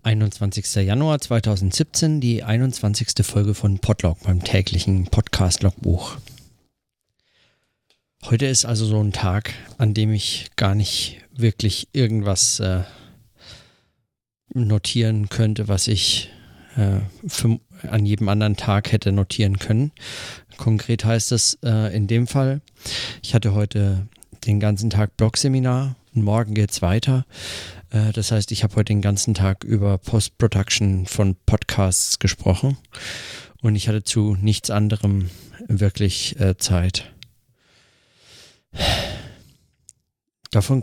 21. Januar 2017, die 21. Folge von Podlog, meinem täglichen Podcast-Logbuch. Heute ist also so ein Tag, an dem ich gar nicht wirklich irgendwas notieren könnte, was ich an jedem anderen Tag hätte notieren können. Konkret heißt es in dem Fall, ich hatte heute den ganzen Tag Blog-Seminar und morgen geht's weiter. Das heißt, ich habe heute den ganzen Tag über Post-Production von Podcasts gesprochen und ich hatte zu nichts anderem wirklich Zeit. Davon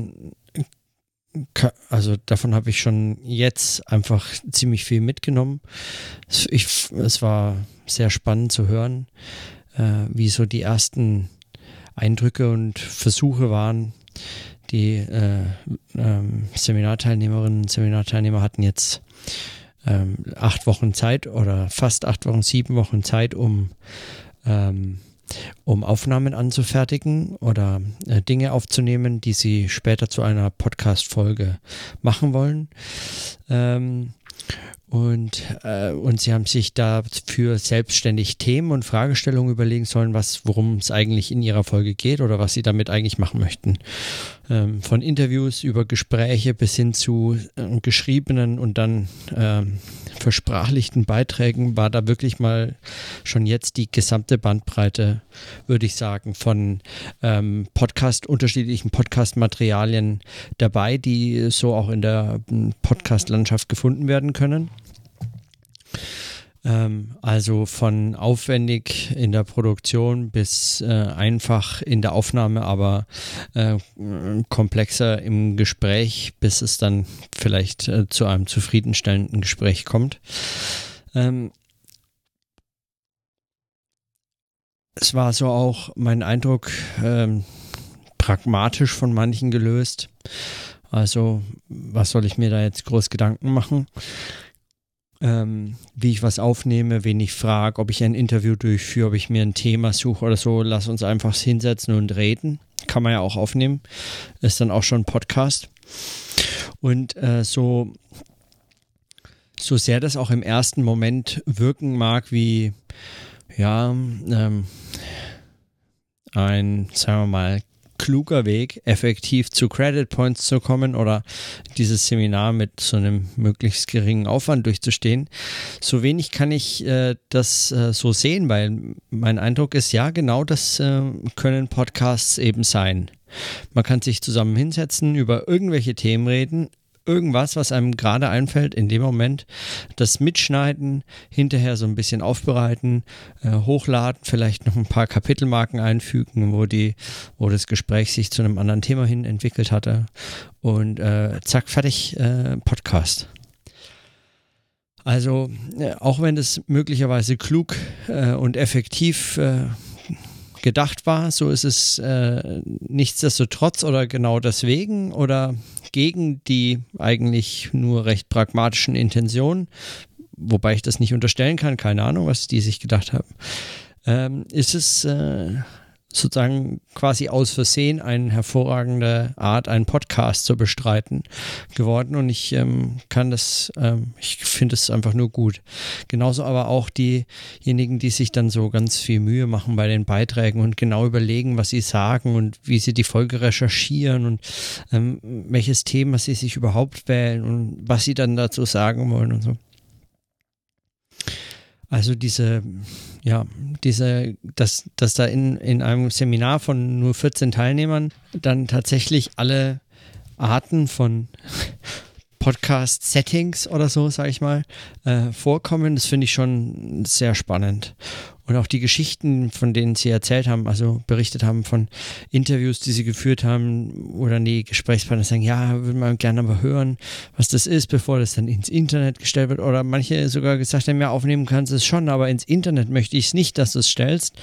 davon habe ich schon jetzt einfach ziemlich viel mitgenommen. Es war sehr spannend zu hören, wie so die ersten Eindrücke und Versuche waren. Die Seminarteilnehmerinnen und Seminarteilnehmer hatten jetzt 8 Wochen Zeit oder fast 8 Wochen, 7 Wochen Zeit, um Aufnahmen anzufertigen oder Dinge aufzunehmen, die sie später zu einer Podcast-Folge machen wollen. Und sie haben sich dafür selbstständig Themen und Fragestellungen überlegen sollen, worum es eigentlich in ihrer Folge geht oder was sie damit eigentlich machen möchten. Von Interviews über Gespräche bis hin zu geschriebenen und dann versprachlichten Beiträgen war da wirklich mal schon jetzt die gesamte Bandbreite, würde ich sagen, von unterschiedlichen Podcast-Materialien dabei, die so auch in der Podcast-Landschaft gefunden werden können. Also von aufwendig in der Produktion bis einfach in der Aufnahme, aber komplexer im Gespräch, bis es dann vielleicht zu einem zufriedenstellenden Gespräch kommt. Es war so auch mein Eindruck, pragmatisch von manchen gelöst. Also was soll ich mir da jetzt groß Gedanken machen? Wie ich was aufnehme, wen ich frage, ob ich ein Interview durchführe, ob ich mir ein Thema suche oder so. Lass uns einfach hinsetzen und reden. Kann man ja auch aufnehmen. Ist dann auch schon ein Podcast. Und so sehr das auch im ersten Moment wirken mag wie, ein, sagen wir mal, kluger Weg, effektiv zu Credit Points zu kommen oder dieses Seminar mit so einem möglichst geringen Aufwand durchzustehen. So wenig kann ich das so sehen, weil mein Eindruck ist, ja, genau das können Podcasts eben sein. Man kann sich zusammen hinsetzen, über irgendwelche Themen reden, irgendwas, was einem gerade einfällt, in dem Moment das mitschneiden, hinterher so ein bisschen aufbereiten, hochladen, vielleicht noch ein paar Kapitelmarken einfügen, wo das Gespräch sich zu einem anderen Thema hin entwickelt hatte und zack, fertig, Podcast. Also auch wenn das möglicherweise klug und effektiv gedacht war, so ist es nichtsdestotrotz oder genau deswegen oder gegen die eigentlich nur recht pragmatischen Intentionen, wobei ich das nicht unterstellen kann, keine Ahnung, was die sich gedacht haben, ist es sozusagen quasi aus Versehen eine hervorragende Art, einen Podcast zu bestreiten geworden und ich finde es einfach nur gut. Genauso aber auch diejenigen, die sich dann so ganz viel Mühe machen bei den Beiträgen und genau überlegen, was sie sagen und wie sie die Folge recherchieren und welches Thema sie sich überhaupt wählen und was sie dann dazu sagen wollen und so. Also dass da in einem Seminar von nur 14 Teilnehmern dann tatsächlich alle Arten von Podcast-Settings oder so, sage ich mal, vorkommen, das finde ich schon sehr spannend. Und auch die Geschichten, von denen sie erzählt haben, also berichtet haben von Interviews, die sie geführt haben, wo dann die Gesprächspartner sagen, ja, würde man gerne aber hören, was das ist, bevor das dann ins Internet gestellt wird. Oder manche sogar gesagt haben, ja, aufnehmen kannst du es schon, aber ins Internet möchte ich es nicht, dass du es stellst.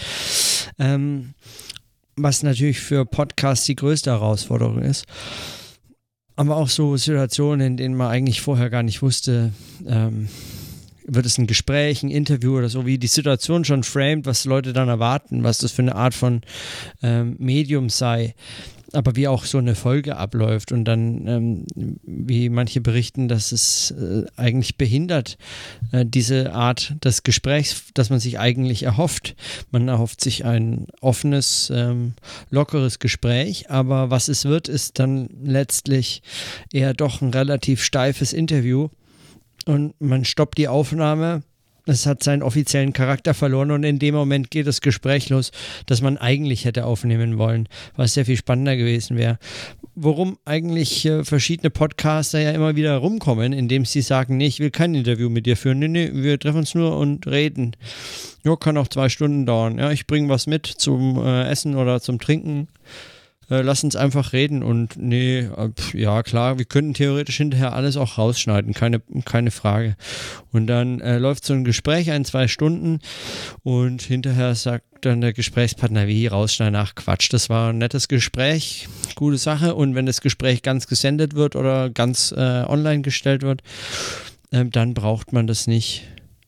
Was natürlich für Podcasts die größte Herausforderung ist. Aber auch so Situationen, in denen man eigentlich vorher gar nicht wusste, wird es ein Gespräch, ein Interview oder so, wie die Situation schon framed, was Leute dann erwarten, was das für eine Art von Medium sei. aber wie auch so eine Folge abläuft und dann, wie manche berichten, dass es eigentlich behindert, diese Art des Gesprächs, das man sich eigentlich erhofft. Man erhofft sich ein offenes, lockeres Gespräch, aber was es wird, ist dann letztlich eher doch ein relativ steifes Interview und man stoppt die Aufnahme. Es hat seinen offiziellen Charakter verloren und in dem Moment geht das Gespräch los, das man eigentlich hätte aufnehmen wollen, was sehr viel spannender gewesen wäre. Worum eigentlich verschiedene Podcaster ja immer wieder rumkommen, indem sie sagen, nee, ich will kein Interview mit dir führen, nee, wir treffen uns nur und reden. Ja, kann auch 2 Stunden dauern. Ja, ich bringe was mit zum Essen oder zum Trinken. Lass uns einfach reden und nee, ja klar, wir könnten theoretisch hinterher alles auch rausschneiden, keine Frage. Und dann läuft so ein Gespräch 2 Stunden und hinterher sagt dann der Gesprächspartner, wie rausschneiden, ach Quatsch, das war ein nettes Gespräch, gute Sache und wenn das Gespräch ganz gesendet wird oder ganz online gestellt wird, dann braucht man das nicht.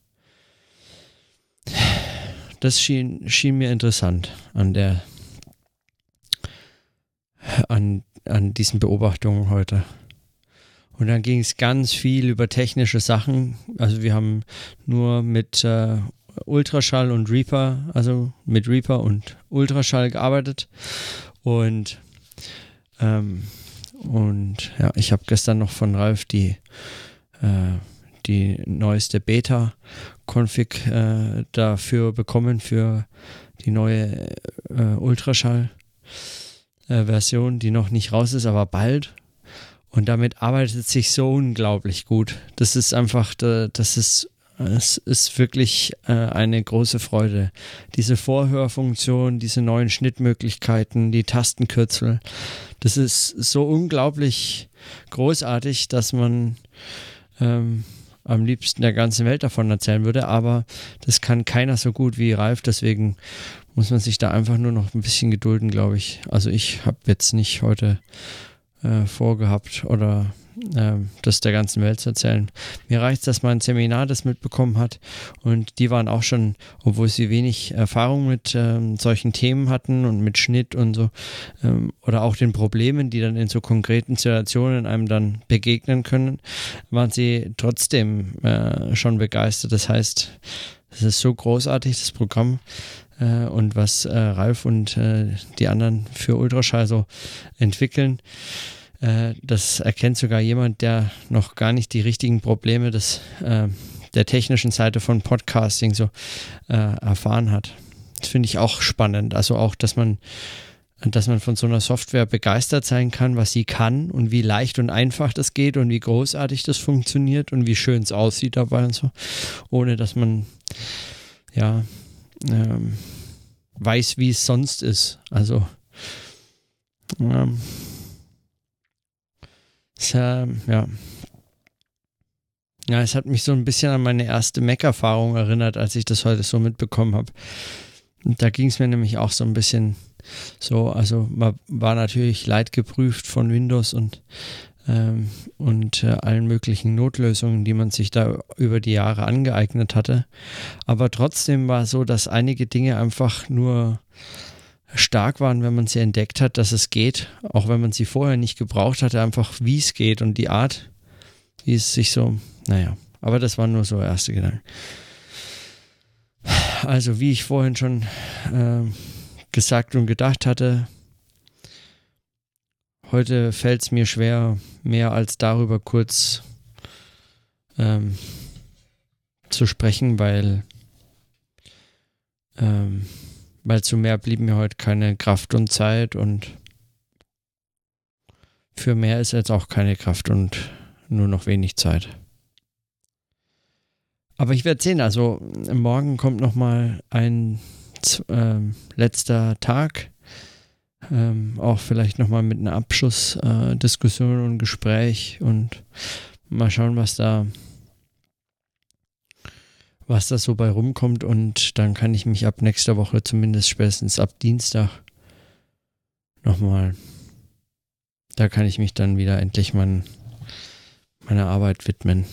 Das schien mir interessant an diesen Beobachtungen heute. Und dann ging es ganz viel über technische Sachen. Also wir haben nur mit Ultraschall und Reaper, also mit Reaper und Ultraschall gearbeitet. Und ja, ich habe gestern noch von Ralf die neueste Beta-Config dafür bekommen, für die neue Ultraschall-Version, die noch nicht raus ist, aber bald. Und damit arbeitet es sich so unglaublich gut. Das ist einfach, es ist wirklich eine große Freude. Diese Vorhörfunktion, diese neuen Schnittmöglichkeiten, die Tastenkürzel, das ist so unglaublich großartig, dass man am liebsten der ganzen Welt davon erzählen würde, aber das kann keiner so gut wie Ralf, deswegen muss man sich da einfach nur noch ein bisschen gedulden, glaube ich. Also ich habe jetzt nicht heute vorgehabt oder das der ganzen Welt zu erzählen. Mir reicht es, dass mein Seminar das mitbekommen hat und die waren auch schon, obwohl sie wenig Erfahrung mit solchen Themen hatten und mit Schnitt und so oder auch den Problemen, die dann in so konkreten Situationen einem dann begegnen können, waren sie trotzdem schon begeistert. Das heißt, es ist so großartig, das Programm und was Ralf und die anderen für Ultraschall so entwickeln. Das erkennt sogar jemand, der noch gar nicht die richtigen Probleme der technischen Seite von Podcasting so erfahren hat. Das finde ich auch spannend. Also auch, dass man von so einer Software begeistert sein kann, was sie kann und wie leicht und einfach das geht und wie großartig das funktioniert und wie schön es aussieht dabei und so, ohne dass man weiß, wie es sonst ist. Also es hat mich so ein bisschen an meine erste Mac-Erfahrung erinnert, als ich das heute so mitbekommen habe. Und da ging es mir nämlich auch so ein bisschen so, also man war natürlich leidgeprüft von Windows und allen möglichen Notlösungen, die man sich da über die Jahre angeeignet hatte. Aber trotzdem war es so, dass einige Dinge einfach nur stark waren, wenn man sie entdeckt hat, dass es geht, auch wenn man sie vorher nicht gebraucht hatte, einfach wie es geht und die Art, wie es sich so, aber das waren nur so erste Gedanken. Also wie ich vorhin schon gesagt und gedacht hatte, heute fällt es mir schwer, mehr als darüber kurz zu sprechen, weil zu mehr blieb mir heute keine Kraft und Zeit und für mehr ist jetzt auch keine Kraft und nur noch wenig Zeit. Aber ich werde sehen, also morgen kommt nochmal ein letzter Tag, auch vielleicht nochmal mit einer Abschlussdiskussion und Gespräch und mal schauen, was da so bei rumkommt und dann kann ich mich ab nächster Woche, zumindest spätestens ab Dienstag nochmal, da kann ich mich dann wieder endlich meiner Arbeit widmen.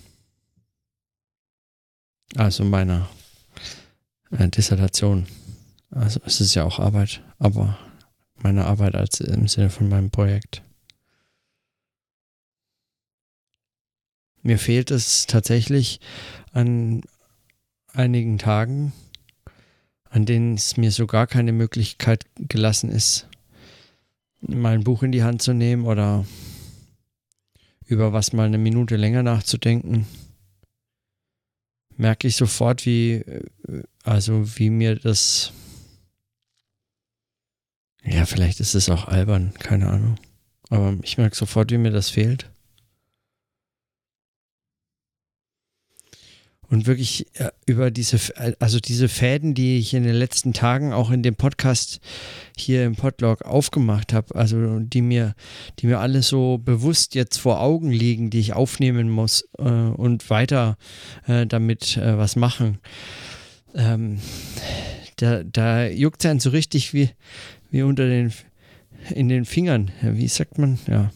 Also meiner Dissertation. Also es ist ja auch Arbeit, aber meiner Arbeit als im Sinne von meinem Projekt. Mir fehlt es tatsächlich an einigen Tagen, an denen es mir so gar keine Möglichkeit gelassen ist, mal ein Buch in die Hand zu nehmen oder über was mal eine Minute länger nachzudenken, merke ich sofort, wie mir das, ja, vielleicht ist es auch albern, keine Ahnung, aber ich merke sofort, wie mir das fehlt. Und wirklich über diese Fäden, die ich in den letzten Tagen auch in dem Podcast hier im Podlog aufgemacht habe, also die mir alle so bewusst jetzt vor Augen liegen, die ich aufnehmen muss und weiter damit was machen. Da juckt es einen so richtig wie in den Fingern. Wie sagt man? Ja.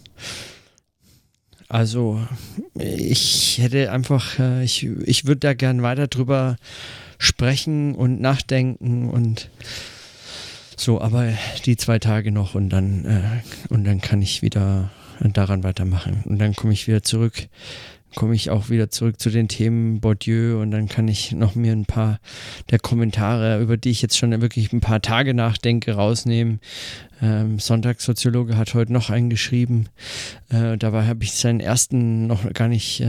Also ich hätte einfach, ich würde da gern weiter drüber sprechen und nachdenken und so, aber die 2 Tage noch und dann kann ich wieder daran weitermachen. Und dann komme ich auch wieder zurück zu den Themen Bourdieu und dann kann ich noch mir ein paar der Kommentare, über die ich jetzt schon wirklich ein paar Tage nachdenke, rausnehmen. Sonntagssoziologe hat heute noch einen geschrieben. Dabei habe ich seinen ersten noch gar nicht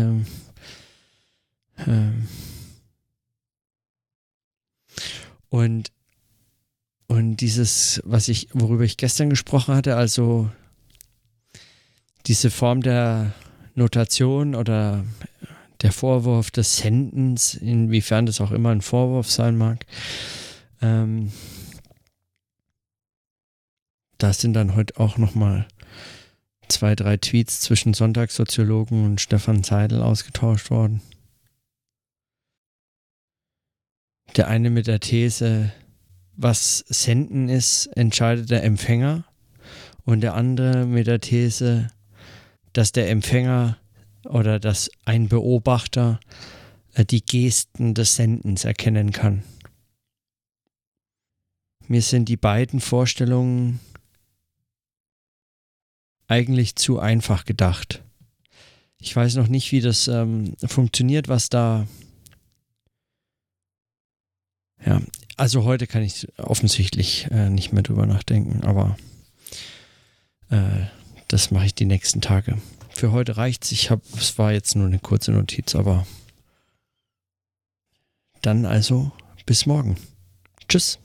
und dieses, worüber ich gestern gesprochen hatte, also diese Form der Notation oder der Vorwurf des Sendens, inwiefern das auch immer ein Vorwurf sein mag, da sind dann heute auch nochmal 2, 3 Tweets zwischen Sonntagssoziologen und Stefan Seidel ausgetauscht worden. Der eine mit der These, was Senden ist, entscheidet der Empfänger, und der andere mit der These, dass der Empfänger oder dass ein Beobachter die Gesten des Sendens erkennen kann. Mir sind die beiden Vorstellungen eigentlich zu einfach gedacht. Ich weiß noch nicht, wie das funktioniert, was da... Ja, also heute kann ich offensichtlich nicht mehr drüber nachdenken, aber das mache ich die nächsten Tage. Für heute reicht's. Es war jetzt nur eine kurze Notiz, aber dann also bis morgen. Tschüss.